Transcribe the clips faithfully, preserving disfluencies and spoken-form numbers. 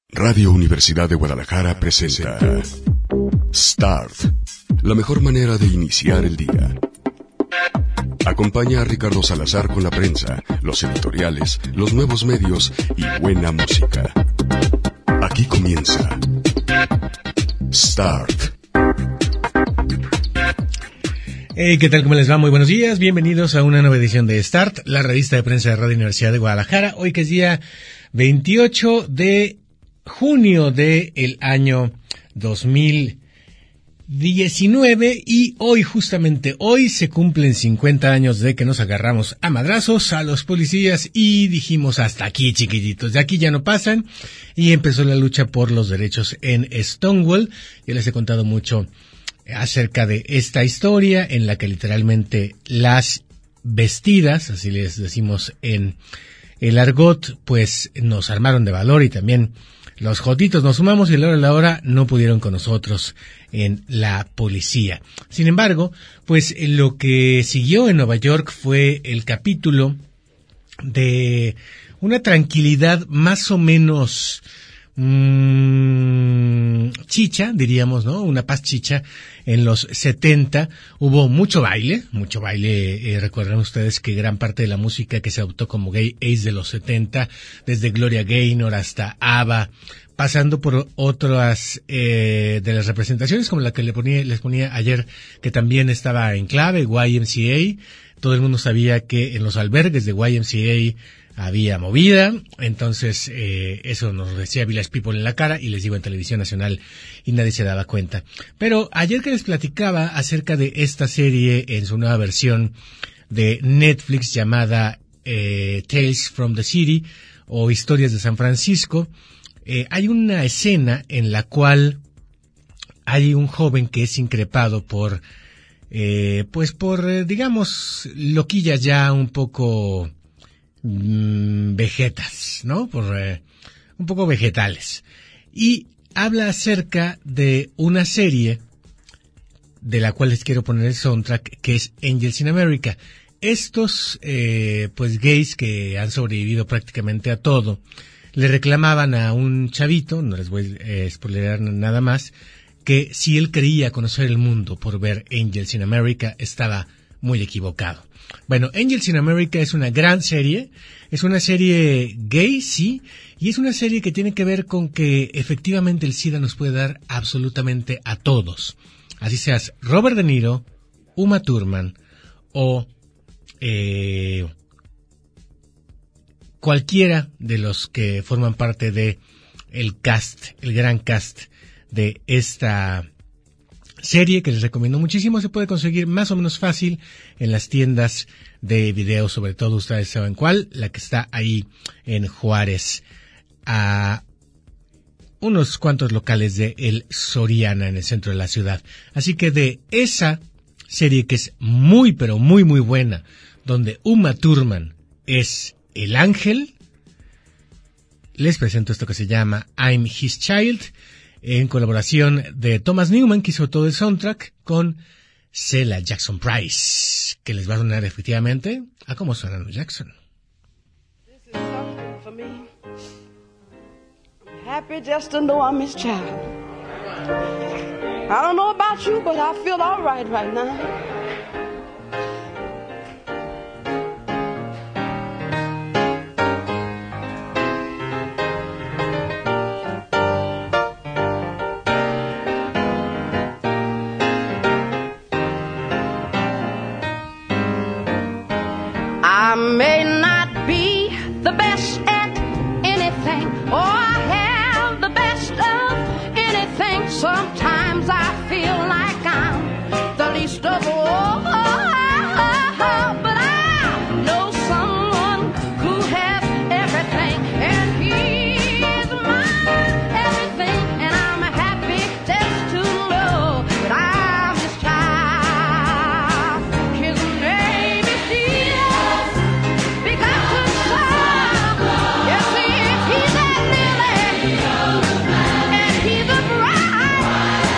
Radio Universidad de Guadalajara presenta Start, la mejor manera de iniciar el día. Acompaña a Ricardo Salazar con la prensa, los editoriales, los nuevos medios y buena música. Aquí comienza Start. Hey, ¿qué tal? ¿Cómo les va? Muy buenos días. Bienvenidos a una nueva edición de Start, la revista de prensa de Radio Universidad de Guadalajara. Hoy que es día veintiocho de junio del año dos mil diecinueve y hoy, justamente hoy, se cumplen cincuenta años de que nos agarramos a madrazos a los policías y dijimos hasta aquí, chiquititos, de aquí ya no pasan, y empezó la lucha por los derechos en Stonewall. Yo les he contado mucho acerca de esta historia en la que literalmente las vestidas, así les decimos en el argot, pues nos armaron de valor, y también los jotitos nos sumamos y a la hora de la hora no pudieron con nosotros en la policía. Sin embargo, pues lo que siguió en Nueva York fue el capítulo de una tranquilidad más o menos mmm, chicha, diríamos, ¿no? Una paz chicha. En los setenta hubo mucho baile, mucho baile. Eh, recuerdan ustedes que gran parte de la música que se adoptó como gay ace de los setenta, desde Gloria Gaynor hasta ABBA, pasando por otras eh, de las representaciones, como la que les ponía, les ponía ayer, que también estaba en clave, Y M C A. Todo el mundo sabía que en los albergues de Y M C A había movida, entonces eh, eso nos decía Village People en la cara, y les digo en Televisión Nacional, y nadie se daba cuenta. Pero ayer que les platicaba acerca de esta serie en su nueva versión de Netflix llamada eh, Tales from the City, o Historias de San Francisco, eh, hay una escena en la cual hay un joven que es increpado por, eh, pues por, eh, digamos, loquillas ya un poco vegetas, ¿no? Por eh, un poco vegetales. Y habla acerca de una serie de la cual les quiero poner el soundtrack, que es Angels in America. Estos, eh, pues gays que han sobrevivido prácticamente a todo, le reclamaban a un chavito, no les voy a eh, spoilear nada más, que si él creía conocer el mundo por ver Angels in America, estaba muy equivocado. Bueno, Angels in America es una gran serie, es una serie gay, sí, y es una serie que tiene que ver con que efectivamente el SIDA nos puede dar absolutamente a todos. Así seas Robert De Niro, Uma Thurman o eh, cualquiera de los que forman parte de el cast, el gran cast de esta serie, que les recomiendo muchísimo. Se puede conseguir más o menos fácil en las tiendas de video, sobre todo ustedes saben cuál, la que está ahí en Juárez, a unos cuantos locales de El Soriana, en el centro de la ciudad. Así que de esa serie, que es muy pero muy muy buena, donde Uma Thurman es el ángel, les presento esto que se llama I'm His Child, en colaboración de Thomas Newman, que hizo todo el soundtrack, con Cela Jackson Price, que les va a sonar efectivamente a cómo suenan los Jackson. This is something for me. I'm happy just to know I'm his child. I don't know about you, but I feel all right right now. I may not be the best at anything, or I have the best of anything. Sometimes I feel like I'm the least of all, but I know someone who has everything, and he is my everything, and I'm happy just to know that I'm his child. His name is Jesus. Begotten Son. Yes, he is. He's that lily, and he's a bright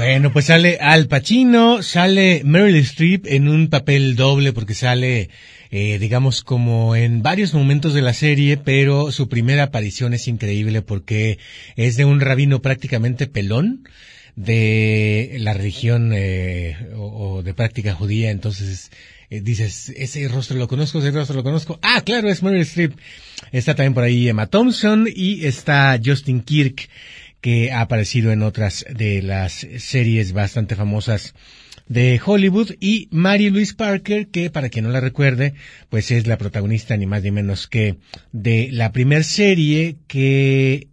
Bueno, pues sale Al Pacino, sale Meryl Streep en un papel doble porque sale, eh, digamos, como en varios momentos de la serie, pero su primera aparición es increíble porque es de un rabino prácticamente pelón de la religión eh, o, o de práctica judía, entonces eh, dices, ese rostro lo conozco, ese rostro lo conozco. Ah, claro, es Meryl Streep. Está también por ahí Emma Thompson y está Justin Kirk, que ha aparecido en otras de las series bastante famosas de Hollywood, y Mary Louise Parker, que para quien no la recuerde, pues es la protagonista ni más ni menos que de la primer serie que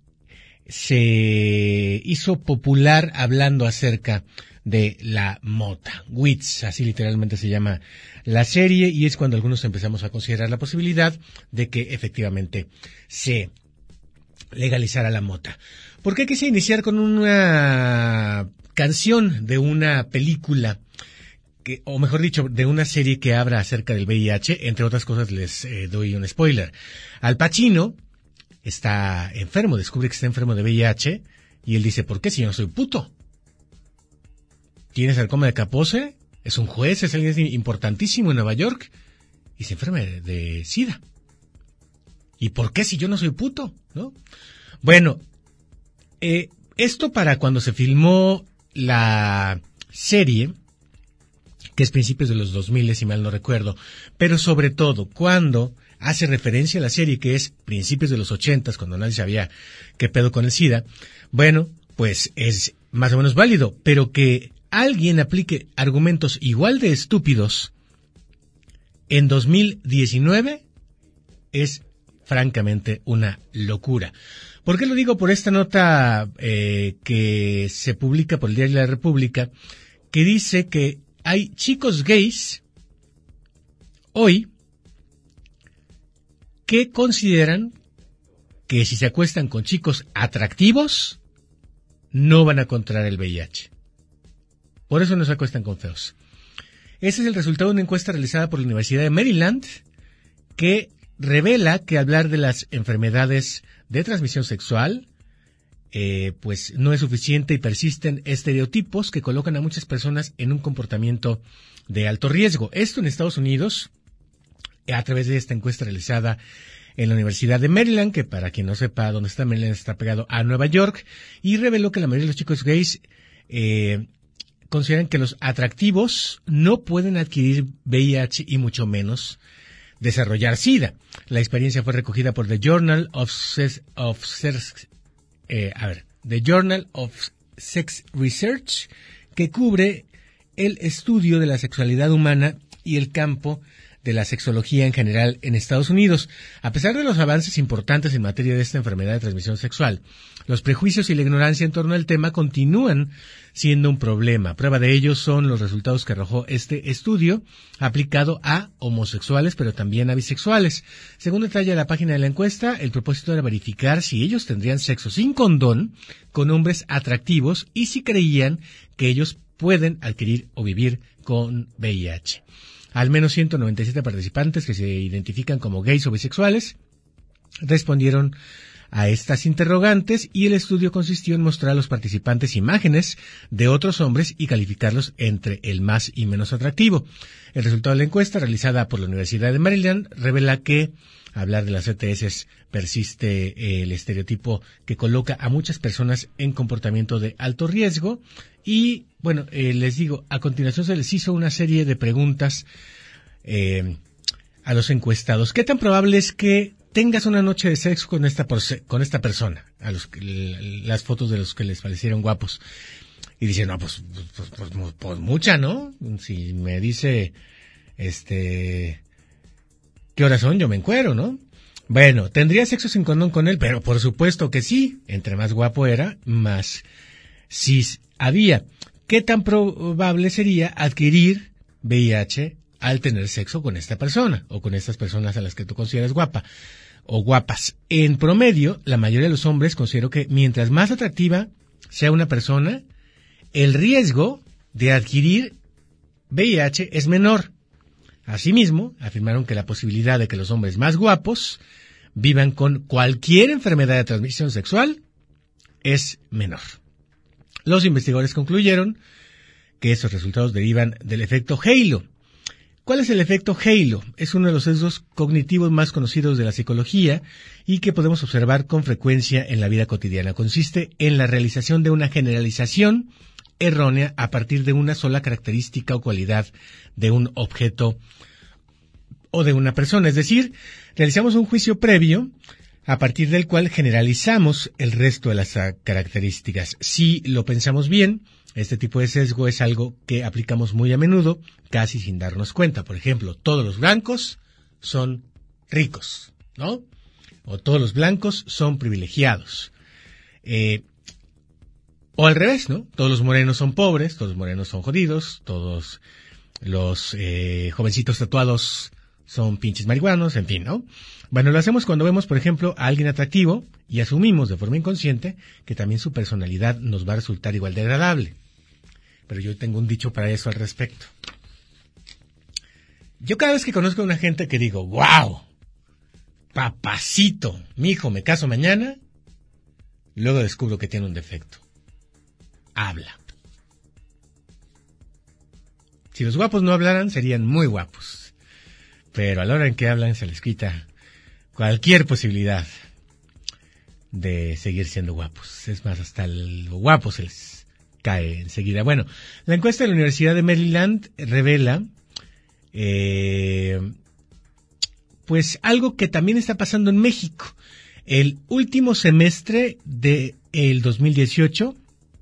se hizo popular hablando acerca de la mota. Weeds, así literalmente se llama la serie, y es cuando algunos empezamos a considerar la posibilidad de que efectivamente se legalizara la mota. ¿Por qué quise iniciar con una canción de una película, que, o mejor dicho, de una serie que habla acerca del V I H? Entre otras cosas les eh, doy un spoiler. Al Pacino está enfermo, descubre que está enfermo de V I H, y él dice, ¿por qué si yo no soy puto? ¿Tiene sarcoma de Kaposi? Es un juez, es alguien importantísimo en Nueva York, y se enferma de, de SIDA. ¿Y por qué si yo no soy puto? ¿No? Bueno, eh, esto para cuando se filmó la serie, que es principios de los dos mil, si mal no recuerdo, pero sobre todo cuando hace referencia a la serie, que es principios de los ochentas, cuando nadie sabía qué pedo con el SIDA, bueno, pues es más o menos válido, pero que alguien aplique argumentos igual de estúpidos en dos mil diecinueve es francamente una locura. ¿Por qué lo digo? Por esta nota eh, que se publica por el Diario de la República, que dice que hay chicos gays hoy que consideran que si se acuestan con chicos atractivos no van a contraer el V I H. Por eso no se acuestan con feos. Ese es el resultado de una encuesta realizada por la Universidad de Maryland, que revela que hablar de las enfermedades de transmisión sexual eh, pues no es suficiente y persisten estereotipos que colocan a muchas personas en un comportamiento de alto riesgo. Esto en Estados Unidos, a través de esta encuesta realizada en la Universidad de Maryland, que para quien no sepa dónde está Maryland, está pegado a Nueva York, y reveló que la mayoría de los chicos gays eh, consideran que los atractivos no pueden adquirir V I H y mucho menos desarrollar SIDA. La experiencia fue recogida por The Journal of Sex, of Sex eh, a ver, The Journal of Sex Research, que cubre el estudio de la sexualidad humana y el campo de la sexología en general en Estados Unidos. A pesar de los avances importantes en materia de esta enfermedad de transmisión sexual, los prejuicios y la ignorancia en torno al tema continúan siendo un problema. Prueba de ello son los resultados que arrojó este estudio aplicado a homosexuales, pero también a bisexuales. Según detalla la página de la encuesta, el propósito era verificar si ellos tendrían sexo sin condón con hombres atractivos y si creían que ellos pueden adquirir o vivir con V I H. Al menos ciento noventa y siete participantes que se identifican como gays o bisexuales respondieron a estas interrogantes, y el estudio consistió en mostrar a los participantes imágenes de otros hombres y calificarlos entre el más y menos atractivo. El resultado de la encuesta realizada por la Universidad de Maryland revela que hablar de las E T S persiste el estereotipo que coloca a muchas personas en comportamiento de alto riesgo. Y bueno, eh, les digo, a continuación se les hizo una serie de preguntas eh, a los encuestados. ¿Qué tan probable es que tengas una noche de sexo con esta con esta persona? A los las fotos de los que les parecieron guapos. Y dicen, no, pues, pues, pues, pues, pues mucha, ¿no? Si me dice, este, ¿qué horas son? Yo me encuero, ¿no? Bueno, ¿tendría sexo sin condón con él? Pero por supuesto que sí. Entre más guapo era, más cis había. ¿Qué tan probable sería adquirir V I H al tener sexo con esta persona o con estas personas a las que tú consideras guapa o guapas? En promedio, la mayoría de los hombres considero que mientras más atractiva sea una persona, el riesgo de adquirir V I H es menor. Asimismo, afirmaron que la posibilidad de que los hombres más guapos vivan con cualquier enfermedad de transmisión sexual es menor. Los investigadores concluyeron que esos resultados derivan del efecto Halo. ¿Cuál es el efecto Halo? Es uno de los sesgos cognitivos más conocidos de la psicología y que podemos observar con frecuencia en la vida cotidiana. Consiste en la realización de una generalización errónea a partir de una sola característica o cualidad de un objeto o de una persona. Es decir, realizamos un juicio previo a partir del cual generalizamos el resto de las características. Si lo pensamos bien, este tipo de sesgo es algo que aplicamos muy a menudo, casi sin darnos cuenta. Por ejemplo, todos los blancos son ricos, ¿no? O todos los blancos son privilegiados. Eh, o al revés, ¿no? Todos los morenos son pobres, todos los morenos son jodidos, todos los eh, jovencitos tatuados son pinches marihuanos, en fin, ¿no? Bueno, lo hacemos cuando vemos, por ejemplo, a alguien atractivo y asumimos de forma inconsciente que también su personalidad nos va a resultar igual de agradable. Pero yo tengo un dicho para eso al respecto. Yo cada vez que conozco a una gente que digo, ¡wow! Papacito, mijo, me caso mañana, luego descubro que tiene un defecto. Habla. Si los guapos no hablaran, serían muy guapos. Pero a la hora en que hablan, se les quita cualquier posibilidad de seguir siendo guapos. Es más, hasta el guapo se les cae enseguida. Bueno, la encuesta de la Universidad de Maryland revela eh, pues algo que también está pasando en México. El último semestre de el dos mil dieciocho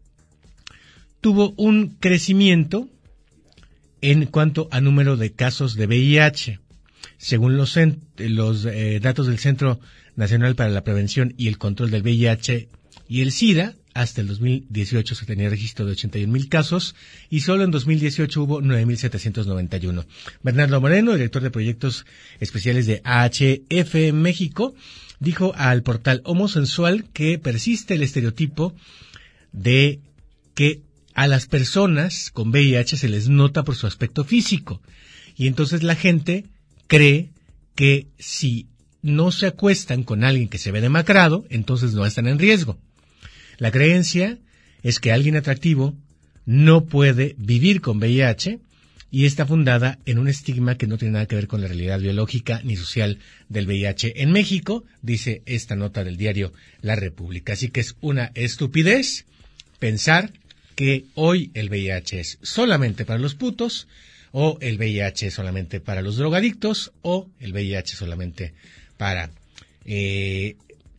tuvo un crecimiento en cuanto a número de casos de V I H. Según los, los eh, datos del Centro Nacional para la Prevención y el Control del V I H y el SIDA, hasta el dos mil dieciocho se tenía registro de ochenta y un mil casos y solo en dos mil dieciocho hubo nueve mil setecientos noventa y uno. Bernardo Moreno, director de proyectos especiales de A H F México, dijo al portal Homosensual que persiste el estereotipo de que a las personas con V I H se les nota por su aspecto físico y entonces la gente cree que si no se acuestan con alguien que se ve demacrado, entonces no están en riesgo. La creencia es que alguien atractivo no puede vivir con V I H y está fundada en un estigma que no tiene nada que ver con la realidad biológica ni social del V I H en México, dice esta nota del diario La República. Así que es una estupidez pensar que hoy el V I H es solamente para los putos, o el V I H solamente para los drogadictos, o el V I H solamente para eh,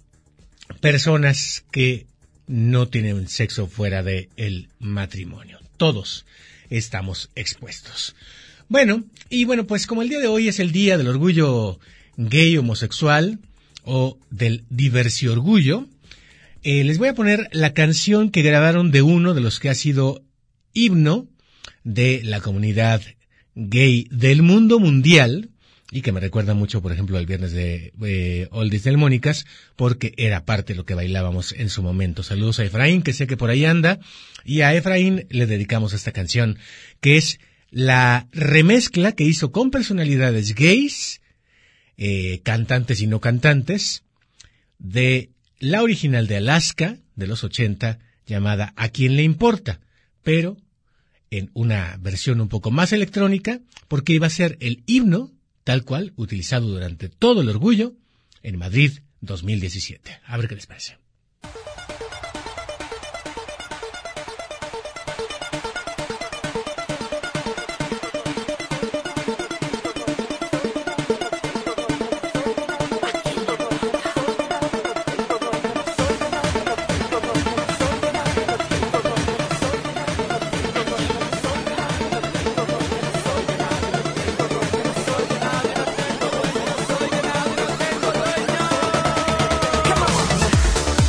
personas que no tienen sexo fuera del matrimonio. Todos estamos expuestos. Bueno, y bueno, pues como el día de hoy es el día del orgullo gay homosexual, o del diversiorgullo, eh, les voy a poner la canción que grabaron de uno de los que ha sido himno de la comunidad gay del mundo mundial y que me recuerda mucho, por ejemplo, al viernes de eh, Oldies del Mónicas, porque era parte de lo que bailábamos en su momento. Saludos a Efraín, que sé que por ahí anda, y a Efraín le dedicamos esta canción, que es la remezcla que hizo con personalidades gays, eh, cantantes y no cantantes, de la original de Alaska, de los ochenta, llamada ¿A quién le importa?, pero en una versión un poco más electrónica, porque iba a ser el himno tal cual utilizado durante todo el orgullo en Madrid dos mil diecisiete. A ver qué les parece. Come on.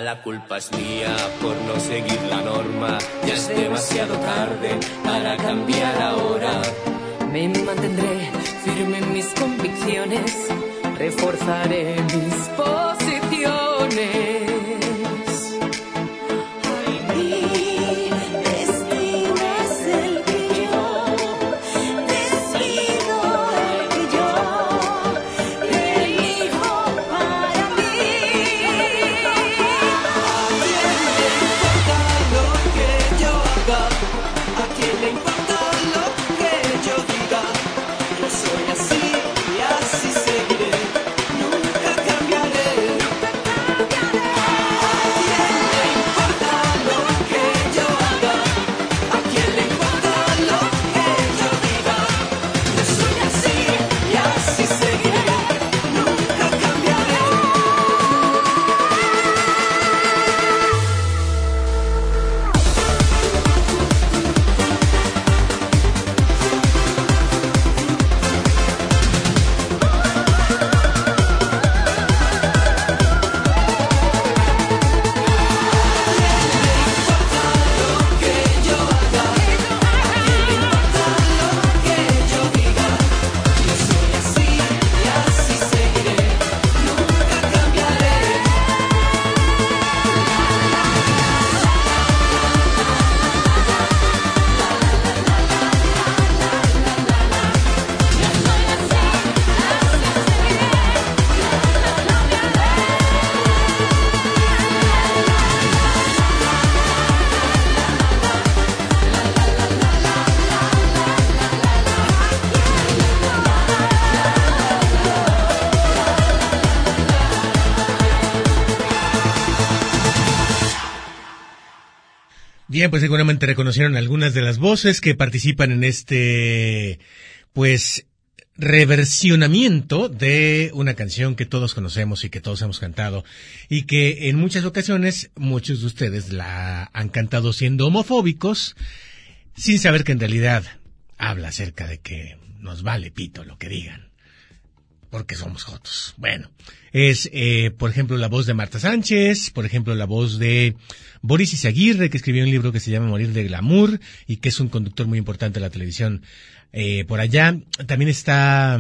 la culpa es mía por no seguir la norma. Ya es demasiado tarde para cambiar ahora. Me mantendré firme en mis convicciones, reforzaré mis posiciones. Bien, pues seguramente reconocieron algunas de las voces que participan en este, pues, reversionamiento de una canción que todos conocemos y que todos hemos cantado y que en muchas ocasiones muchos de ustedes la han cantado siendo homofóbicos sin saber que en realidad habla acerca de que nos vale pito lo que digan porque somos jotos. Bueno, es eh, por ejemplo la voz de Marta Sánchez, por ejemplo la voz de Boris Izaguirre, que escribió un libro que se llama Morir de Glamour y que es un conductor muy importante de la televisión eh, por allá. También está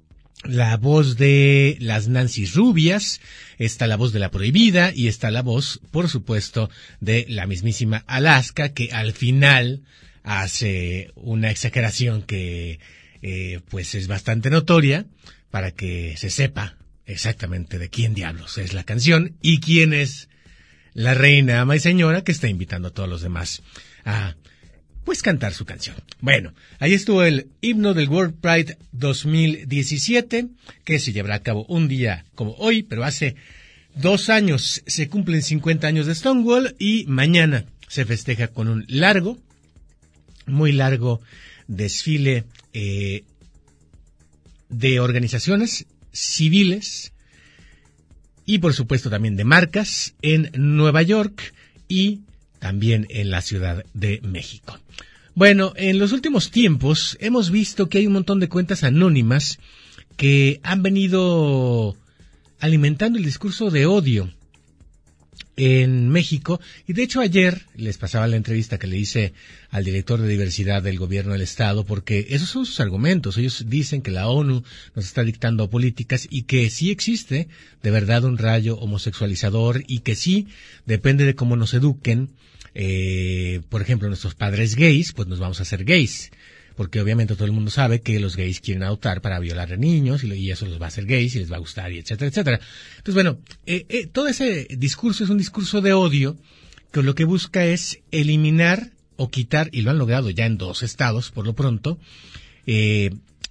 la voz de las Nancy Rubias, está la voz de La Prohibida y está la voz, por supuesto, de la mismísima Alaska, que al final hace una exageración que eh, pues es bastante notoria para que se sepa exactamente de quién diablos es la canción y quién es la reina, ama y señora que está invitando a todos los demás a, pues, cantar su canción. Bueno, ahí estuvo el himno del World Pride dos mil diecisiete, que se llevará a cabo un día como hoy, pero hace dos años se cumplen cincuenta años de Stonewall y mañana se festeja con un largo, muy largo desfile eh, de organizaciones civiles y por supuesto también de marcas en Nueva York y también en la Ciudad de México. Bueno, en los últimos tiempos hemos visto que hay un montón de cuentas anónimas que han venido alimentando el discurso de odio en México, y de hecho ayer les pasaba la entrevista que le hice al director de diversidad del gobierno del estado, porque esos son sus argumentos. Ellos dicen que la ONU nos está dictando políticas y que sí existe de verdad un rayo homosexualizador y que sí depende de cómo nos eduquen. Eh, por ejemplo, nuestros padres gays, pues nos vamos a hacer gays, porque obviamente todo el mundo sabe que los gays quieren adoptar para violar a niños y, lo, y eso los va a hacer gays y les va a gustar y etcétera, etcétera. Entonces, bueno, eh, eh, todo ese discurso es un discurso de odio que lo que busca es eliminar o quitar, y lo han logrado ya en dos estados por lo pronto, eh,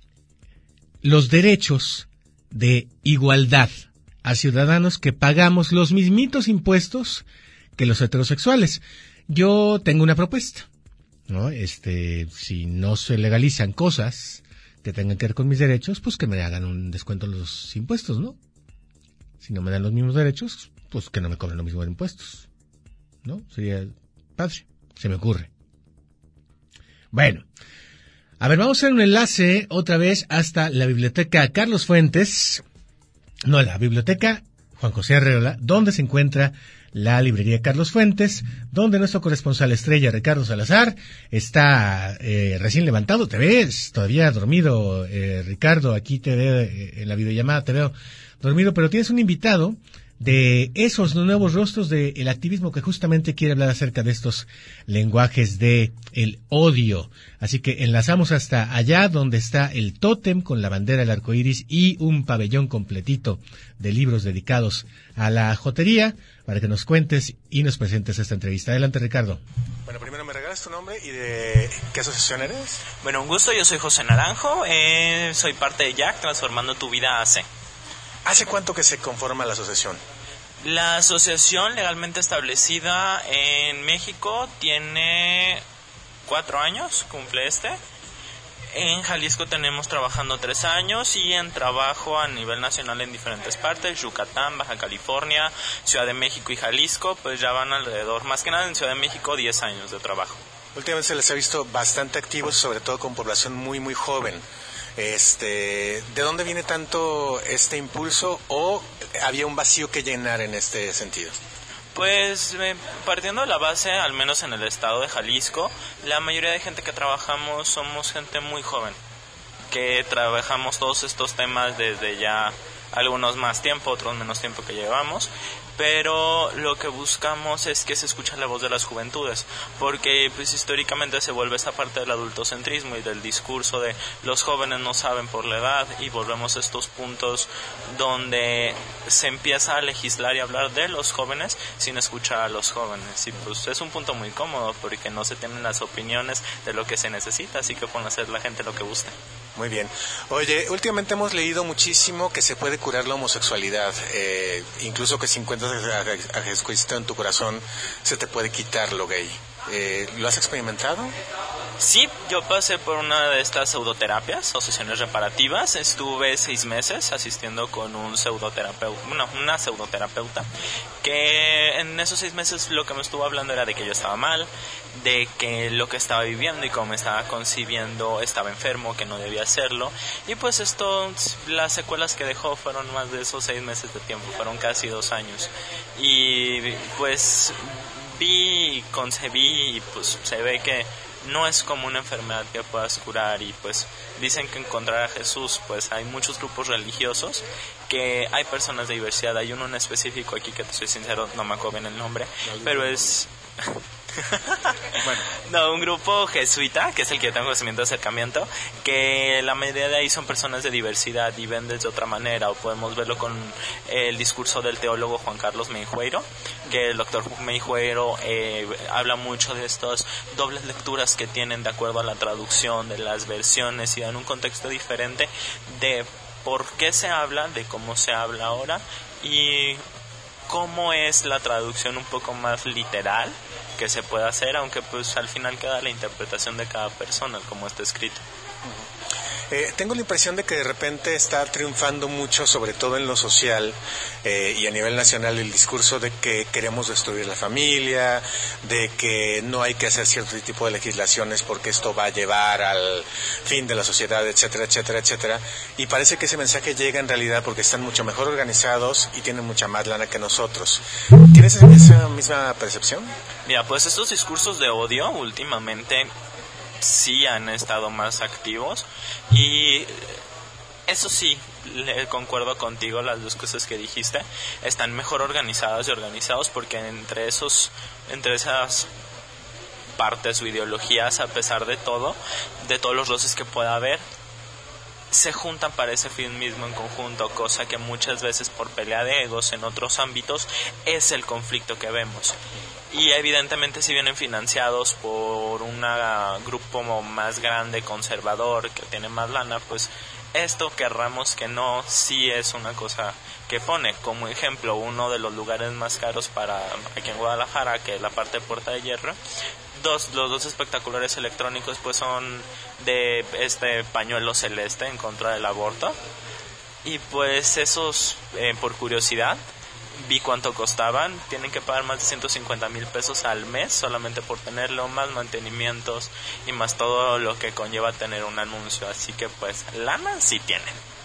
los derechos de igualdad a ciudadanos que pagamos los mismitos impuestos que los heterosexuales. Yo tengo una propuesta, ¿no? Este, si no se legalizan cosas que tengan que ver con mis derechos, pues que me hagan un descuento en los impuestos, ¿no? Si no me dan los mismos derechos, pues que no me cobren los mismos impuestos, ¿no? Sería padre, se me ocurre. Bueno, a ver, vamos a hacer un enlace otra vez hasta la biblioteca Carlos Fuentes, no, la biblioteca Juan José Arreola, donde se encuentra la librería Carlos Fuentes, donde nuestro corresponsal estrella Ricardo Salazar está eh, recién levantado. Te ves todavía dormido, eh, Ricardo, aquí te veo eh, en la videollamada, te veo dormido, pero tienes un invitado de esos nuevos rostros del activismo que justamente quiere hablar acerca de estos lenguajes de el odio. Así que enlazamos hasta allá donde está el tótem con la bandera del arco iris y un pabellón completito de libros dedicados a la jotería para que nos cuentes y nos presentes esta entrevista. Adelante, Ricardo. Bueno, primero me regalas tu nombre y de qué asociación eres. Bueno, un gusto, yo soy José Naranjo, eh, soy parte de Jack, Transformando tu Vida A C. ¿Hace cuánto que se conforma la asociación? La asociación legalmente establecida en México tiene cuatro años, cumple este. En Jalisco tenemos trabajando tres años y en trabajo a nivel nacional en diferentes partes, Yucatán, Baja California, Ciudad de México y Jalisco, pues ya van alrededor, más que nada en Ciudad de México, diez años de trabajo. Últimamente se les ha visto bastante activos, sobre todo con población muy muy joven. Este, ¿de dónde viene tanto este impulso o había un vacío que llenar en este sentido? Pues eh, partiendo de la base, al menos en el estado de Jalisco, la mayoría de gente que trabajamos somos gente muy joven, que trabajamos todos estos temas desde ya algunos más tiempo, otros menos tiempo que llevamos, pero lo que buscamos es que se escuche la voz de las juventudes, porque pues históricamente se vuelve esta parte del adultocentrismo y del discurso de los jóvenes no saben por la edad, y volvemos a estos puntos donde se empieza a legislar y hablar de los jóvenes sin escuchar a los jóvenes, y pues es un punto muy cómodo porque no se tienen las opiniones de lo que se necesita, así que pueden hacer la gente lo que guste. Muy bien. Oye, últimamente hemos leído muchísimo que se puede curar la homosexualidad, eh, incluso que si encuentras a, a Jesucristo en tu corazón, se te puede quitar lo gay. Eh, ¿Lo has experimentado? Sí, yo pasé por una de estas pseudoterapias o sesiones reparativas. Estuve seis meses asistiendo con un pseudoterapeuta, bueno, una pseudoterapeuta, que en esos seis meses lo que me estuvo hablando era de que yo estaba mal, de que lo que estaba viviendo y cómo me estaba concibiendo estaba enfermo, que no debía hacerlo, y pues esto, las secuelas que dejó fueron más de esos seis meses de tiempo, fueron casi dos años, y pues vi, concebí y pues se ve que no es como una enfermedad que puedas curar, y pues dicen que encontrar a Jesús, pues hay muchos grupos religiosos, que hay personas de diversidad, hay uno en específico aquí que te soy sincero, no me acuerdo bien el nombre, pero es... Bueno. No, un grupo jesuita, que es el que yo tengo conocimiento de acercamiento, que la mayoría de ahí son personas de diversidad y ven desde otra manera, o podemos verlo con el discurso del teólogo Juan Carlos Meijueiro, que el doctor Meijueiro eh, habla mucho de estas dobles lecturas que tienen de acuerdo a la traducción de las versiones y dan un contexto diferente de por qué se habla, de cómo se habla ahora y cómo es la traducción un poco más literal que se puede hacer, aunque pues al final queda la interpretación de cada persona como está escrito. Eh, tengo la impresión de que de repente está triunfando mucho, sobre todo en lo social eh, y a nivel nacional, el discurso de que queremos destruir la familia, de que no hay que hacer cierto tipo de legislaciones porque esto va a llevar al fin de la sociedad, etcétera, etcétera, etcétera. Y parece que ese mensaje llega en realidad porque están mucho mejor organizados y tienen mucha más lana que nosotros. ¿Tienes esa misma percepción? Mira, pues estos discursos de odio últimamente sí han estado más activos, y eso sí, le concuerdo contigo, las dos cosas que dijiste están mejor organizadas y organizados, porque entre esos entre esas partes o ideologías, a pesar de todo, de todos los roces que pueda haber, se juntan para ese fin mismo en conjunto, cosa que muchas veces por pelea de egos en otros ámbitos es el conflicto que vemos. Y evidentemente si vienen financiados por un grupo más grande, conservador, que tiene más lana, pues esto, querramos que no, sí es una cosa que pone. Como ejemplo, uno de los lugares más caros para aquí en Guadalajara, que es la parte de Puerta de Hierro, dos, los dos espectaculares electrónicos pues son de este pañuelo celeste en contra del aborto. Y pues esos, eh, por curiosidad, vi cuánto costaban. Tienen que pagar más de ciento cincuenta mil pesos al mes solamente por tenerlo, más mantenimientos y más todo lo que conlleva tener un anuncio. Así que pues lana sí tienen.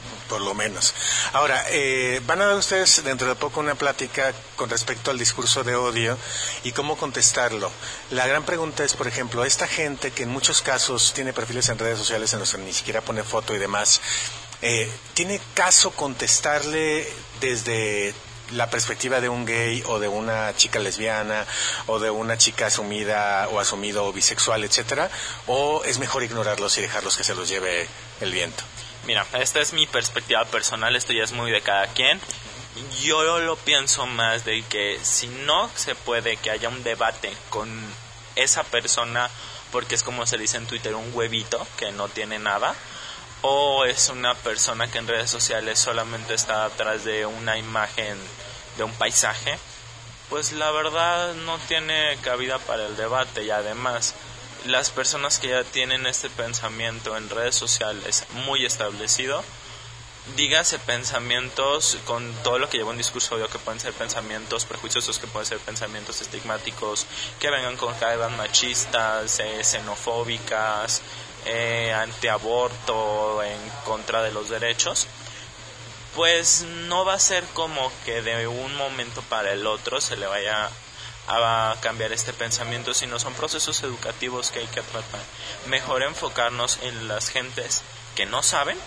por lo menos. Ahora, eh, van a dar ustedes dentro de poco una plática con respecto al discurso de odio y cómo contestarlo. La gran pregunta es, por ejemplo, esta gente que en muchos casos tiene perfiles en redes sociales en los que ni siquiera pone foto y demás, eh, ¿tiene caso contestarle desde la perspectiva de un gay o de una chica lesbiana o de una chica asumida o asumido bisexual, etcétera? ¿O es mejor ignorarlos y dejarlos que se los lleve el viento? Mira, esta es mi perspectiva personal, esto ya es muy de cada quien. Yo lo pienso más de que si no se puede que haya un debate con esa persona, porque es como se dice en Twitter, un huevito que no tiene nada, o es una persona que en redes sociales solamente está atrás de una imagen, de un paisaje, pues la verdad no tiene cabida para el debate. Y además, las personas que ya tienen este pensamiento en redes sociales muy establecido, dígase pensamientos con todo lo que lleva un discurso odio, que pueden ser pensamientos prejuiciosos, que pueden ser pensamientos estigmáticos, que vengan con cargas machistas, eh, xenofóbicas, eh, antiaborto, en contra de los derechos, pues no va a ser como que de un momento para el otro se le vaya a cambiar este pensamiento, sino son procesos educativos que hay que tratar. Mejor enfocarnos en las gentes que no saben,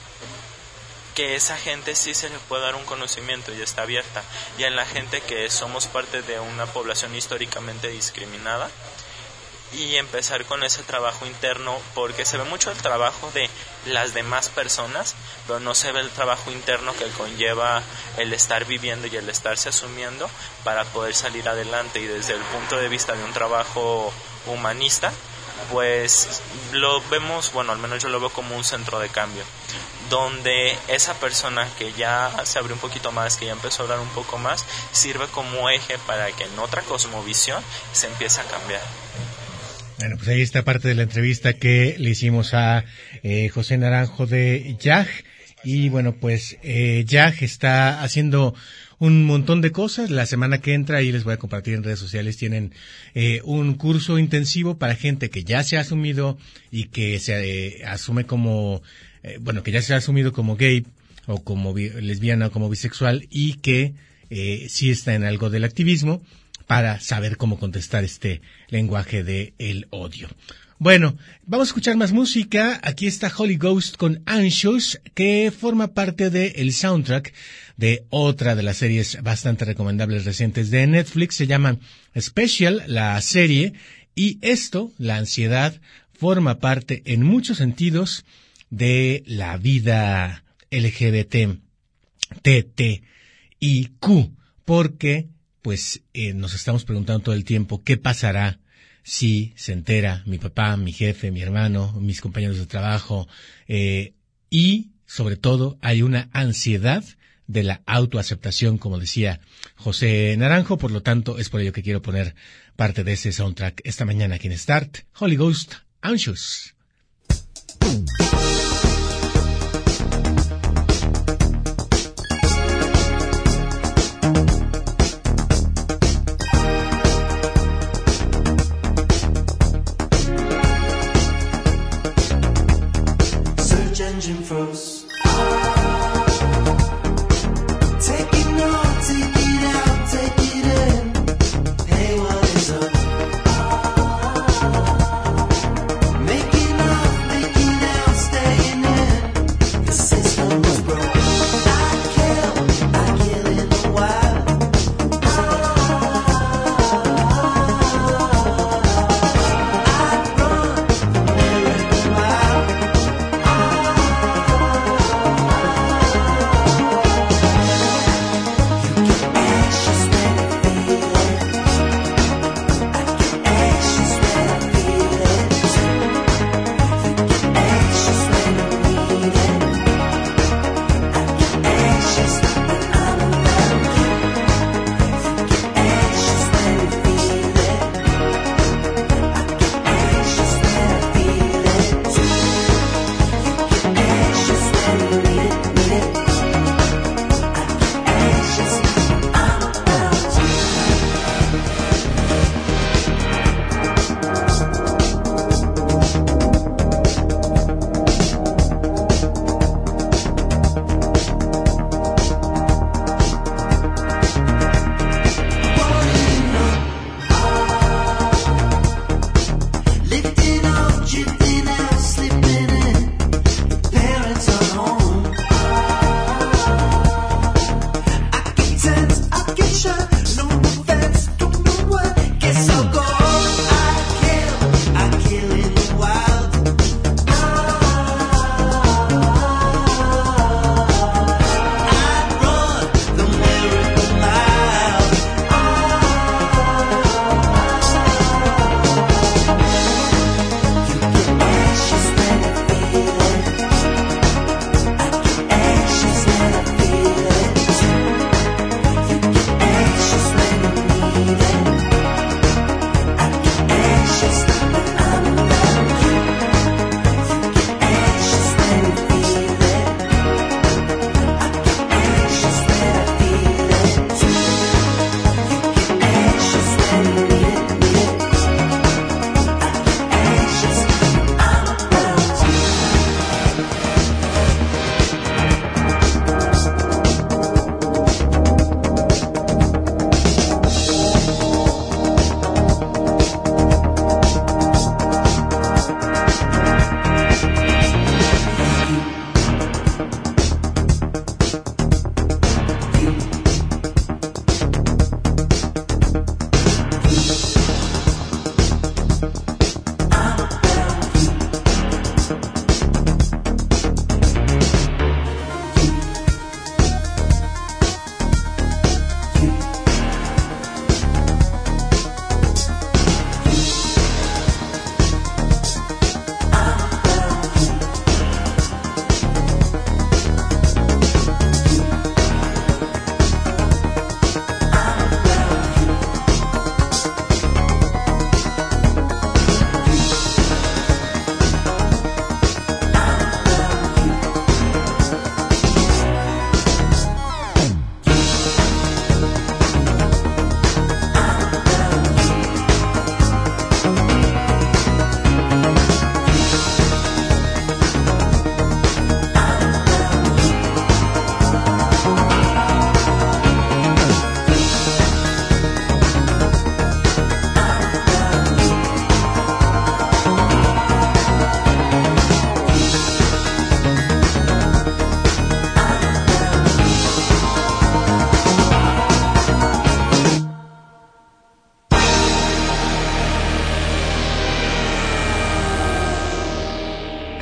que esa gente sí se le puede dar un conocimiento y está abierta, y en la gente que somos parte de una población históricamente discriminada, y empezar con ese trabajo interno, porque se ve mucho el trabajo de las demás personas, pero no se ve el trabajo interno que conlleva el estar viviendo y el estarse asumiendo para poder salir adelante. Y desde el punto de vista de un trabajo humanista, pues lo vemos, bueno, al menos yo lo veo como un centro de cambio, donde esa persona que ya se abrió un poquito más, que ya empezó a hablar un poco más, sirve como eje para que en otra cosmovisión se empiece a cambiar. Bueno, pues ahí está parte de la entrevista que le hicimos a eh, José Naranjo de Yaj. Y bueno, pues eh, Yaj está haciendo un montón de cosas. La semana que entra, y les voy a compartir en redes sociales, tienen eh, un curso intensivo para gente que ya se ha asumido y que se eh, asume como, eh, bueno, que ya se ha asumido como gay o como bi- lesbiana o como bisexual, y que eh, sí está en algo del activismo, para saber cómo contestar este lenguaje de el odio. Bueno, vamos a escuchar más música. Aquí está Holy Ghost con Anxious, que forma parte del soundtrack de otra de las series bastante recomendables recientes de Netflix. Se llama Special, la serie, y esto, la ansiedad, forma parte en muchos sentidos de la vida L G B T, T T I Q, porque pues eh, nos estamos preguntando todo el tiempo qué pasará si se entera mi papá, mi jefe, mi hermano, mis compañeros de trabajo, eh, y sobre todo hay una ansiedad de la autoaceptación, como decía José Naranjo. Por lo tanto, es por ello que quiero poner parte de ese soundtrack esta mañana aquí en Start. Holy Ghost, Anxious. Engine froze. Take it all, take it out, take it in. Hey, what is up? Making up, making out, staying in. The system was broke. I kill, I kill in the wild. I run, never a mile.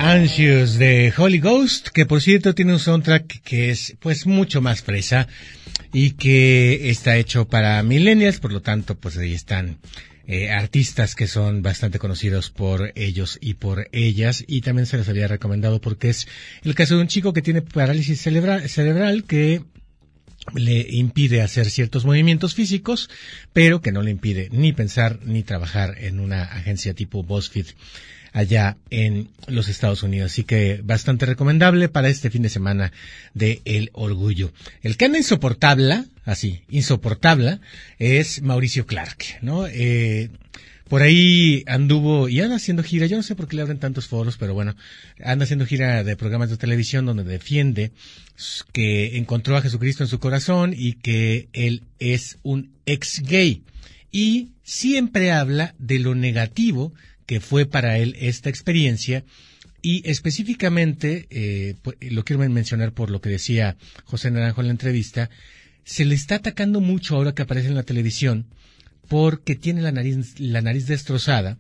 Anxious de Holy Ghost, que por cierto tiene un soundtrack que es pues mucho más fresa y que está hecho para millennials, por lo tanto pues ahí están eh, artistas que son bastante conocidos por ellos y por ellas, y también se les había recomendado porque es el caso de un chico que tiene parálisis cerebral, cerebral que le impide hacer ciertos movimientos físicos, pero que no le impide ni pensar ni trabajar en una agencia tipo BuzzFeed allá en los Estados Unidos. Así que bastante recomendable para este fin de semana de El Orgullo. El que anda insoportable, así, insoportable, es Mauricio Clark, ¿no? Eh, por ahí anduvo y anda haciendo gira, yo no sé por qué le abren tantos foros, pero bueno, anda haciendo gira de programas de televisión donde defiende que encontró a Jesucristo en su corazón y que él es un ex gay. Y siempre habla de lo negativo que fue para él esta experiencia, y específicamente, eh, lo quiero mencionar por lo que decía José Naranjo en la entrevista, se le está atacando mucho ahora que aparece en la televisión, porque tiene la nariz, la nariz destrozada,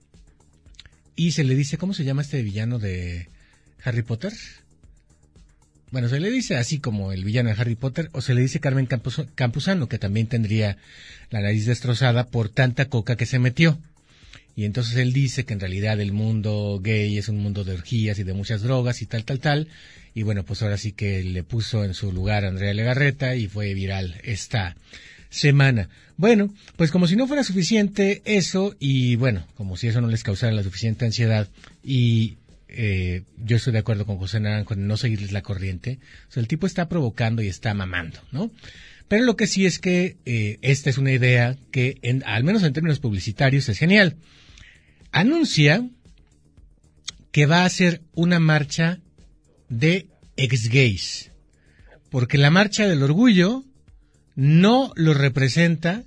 y se le dice, ¿cómo se llama este villano de Harry Potter? Bueno, se le dice así como el villano de Harry Potter, o se le dice Carmen Campus, Campuzano, que también tendría la nariz destrozada por tanta coca que se metió. Y entonces él dice que en realidad el mundo gay es un mundo de orgías y de muchas drogas y tal, tal, tal. Y bueno, pues ahora sí que le puso en su lugar a Andrea Legarreta y fue viral esta semana. Bueno, pues como si no fuera suficiente eso, y bueno, como si eso no les causara la suficiente ansiedad, y eh, yo estoy de acuerdo con José Naranjo en no seguirles la corriente. O sea, el tipo está provocando y está mamando, ¿no? Pero lo que sí es que eh, esta es una idea que, en, al menos en términos publicitarios, es genial. Anuncia que va a hacer una marcha de ex-gays, porque la marcha del orgullo no lo representa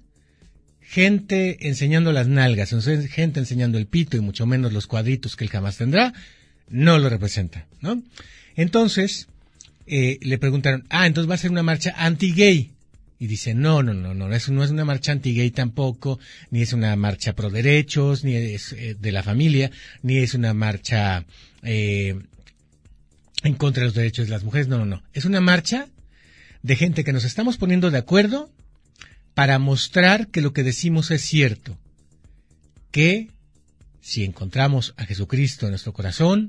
gente enseñando las nalgas, gente enseñando el pito y mucho menos los cuadritos que él jamás tendrá, no lo representa, ¿no? Entonces, eh, le preguntaron, ah, entonces va a ser una marcha anti-gay. Y dice, no, no, no, no, eso no es una marcha anti-gay tampoco, ni es una marcha pro derechos, ni es eh, de la familia, ni es una marcha eh, en contra de los derechos de las mujeres, no, no, no. Es una marcha de gente que nos estamos poniendo de acuerdo para mostrar que lo que decimos es cierto, que si encontramos a Jesucristo en nuestro corazón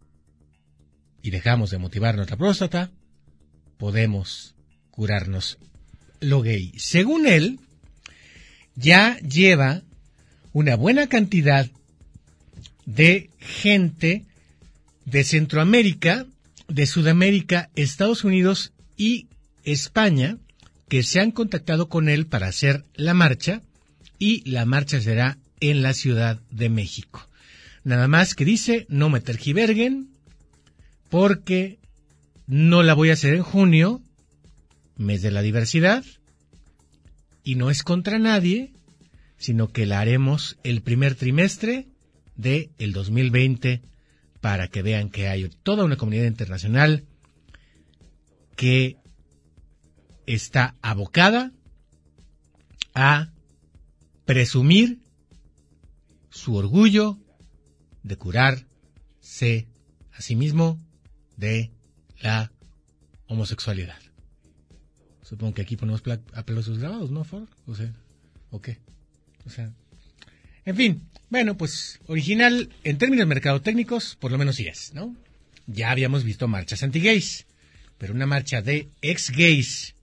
y dejamos de motivar nuestra próstata, podemos curarnos lo gay. Según él, ya lleva una buena cantidad de gente de Centroamérica, de Sudamérica, Estados Unidos y España que se han contactado con él para hacer la marcha, y la marcha será en la Ciudad de México. Nada más que dice, no me tergiverguen, porque no la voy a hacer en junio, mes de la diversidad, y no es contra nadie, sino que la haremos el primer trimestre de el dos mil veinte, para que vean que hay toda una comunidad internacional que está abocada a presumir su orgullo de curarse a sí mismo de la homosexualidad. Supongo que aquí ponemos aplausos grabados, ¿no, Ford? O sea, ¿o qué? O sea, en fin, bueno, pues original en términos mercadotécnicos, por lo menos sí es, ¿no? Ya habíamos visto marchas anti-gays, pero una marcha de ex-gays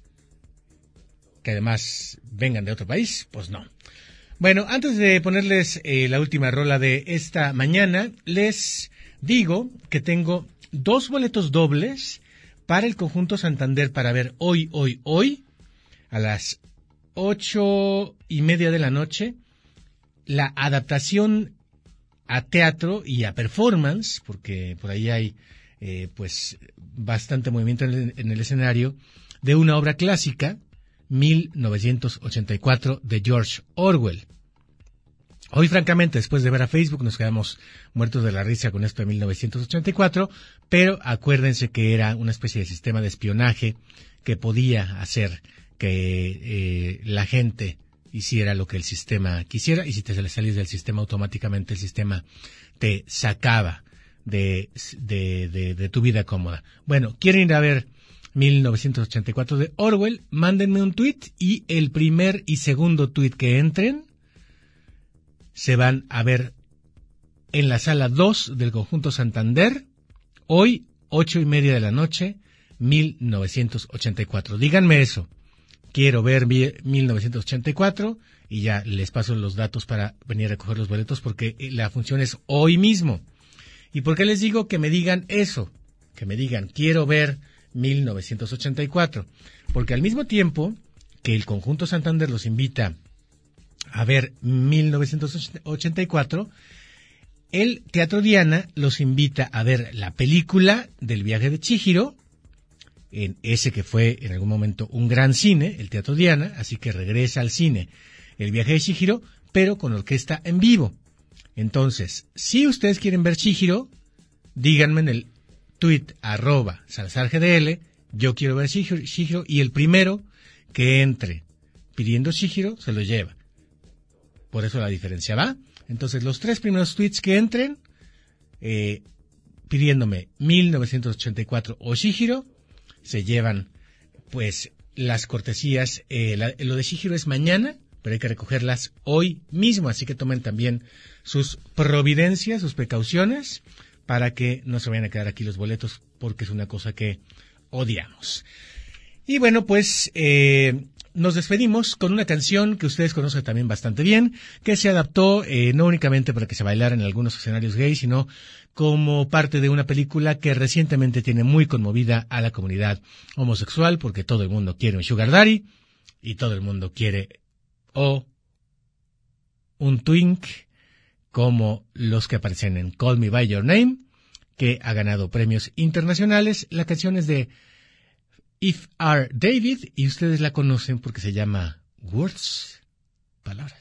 que además vengan de otro país, pues no. Bueno, antes de ponerles eh, la última rola de esta mañana, les digo que tengo dos boletos dobles para el Conjunto Santander para ver hoy, hoy, hoy, a las ocho y media de la noche, la adaptación a teatro y a performance, porque por ahí hay eh, pues bastante movimiento en el, en el escenario, de una obra clásica, mil novecientos ochenta y cuatro, de George Orwell. Hoy, francamente, después de ver a Facebook, nos quedamos muertos de la risa con esto de mil novecientos ochenta y cuatro, pero acuérdense que era una especie de sistema de espionaje que podía hacer que eh, la gente hiciera lo que el sistema quisiera, y si te salías del sistema automáticamente el sistema te sacaba de, de, de, de Tu vida cómoda. Bueno, ¿quieren ir a ver mil novecientos ochenta y cuatro de Orwell? Mándenme un tweet y el primer y segundo tweet que entren se van a ver en la sala dos del Conjunto Santander, hoy, ocho y media de la noche, mil novecientos ochenta y cuatro. Díganme eso. Quiero ver mil novecientos ochenta y cuatro y ya les paso los datos para venir a recoger los boletos porque la función es hoy mismo. ¿Y por qué les digo que me digan eso? Que me digan, quiero ver mil novecientos ochenta y cuatro. Porque al mismo tiempo que el Conjunto Santander los invita a ver mil novecientos ochenta y cuatro, el Teatro Diana los invita a ver la película del viaje de Chihiro, en ese que fue en algún momento un gran cine, el Teatro Diana, así que regresa al cine el viaje de Chihiro, pero con orquesta en vivo. Entonces, si ustedes quieren ver Chihiro, díganme en el tweet arroba Salazar G D L, yo quiero ver Chihiro, Chihiro, y el primero que entre pidiendo Chihiro se lo lleva. Por eso la diferencia va. Entonces, los tres primeros tweets que entren eh, pidiéndome mil novecientos ochenta y cuatro o Chihiro, se llevan, pues, las cortesías. Eh, la, lo de Chihiro es mañana, pero hay que recogerlas hoy mismo, así que tomen también sus providencias, sus precauciones, para que no se vayan a quedar aquí los boletos, porque es una cosa que odiamos. Y bueno, pues, eh, nos despedimos con una canción que ustedes conocen también bastante bien, que se adaptó eh, no únicamente para que se bailara en algunos escenarios gays, sino como parte de una película que recientemente tiene muy conmovida a la comunidad homosexual, porque todo el mundo quiere un sugar daddy y todo el mundo quiere o un twink como los que aparecen en Call Me By Your Name, que ha ganado premios internacionales. La canción es de If R. David y ustedes la conocen porque se llama Words, palabras.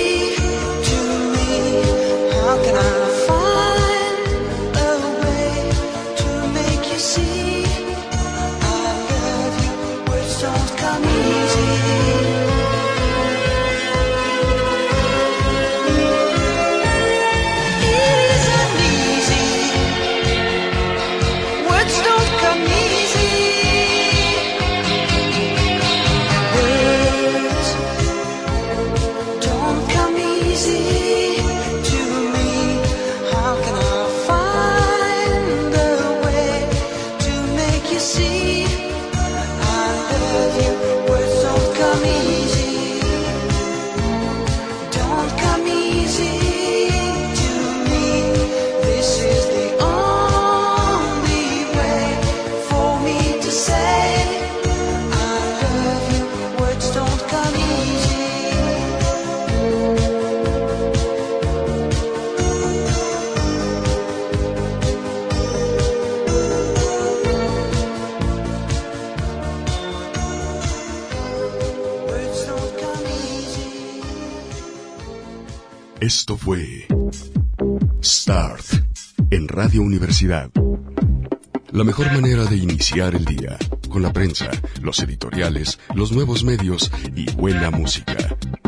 How can I find a way Esto fue Start en Radio Universidad. La mejor manera de iniciar el día, con la prensa, los editoriales, los nuevos medios y buena música.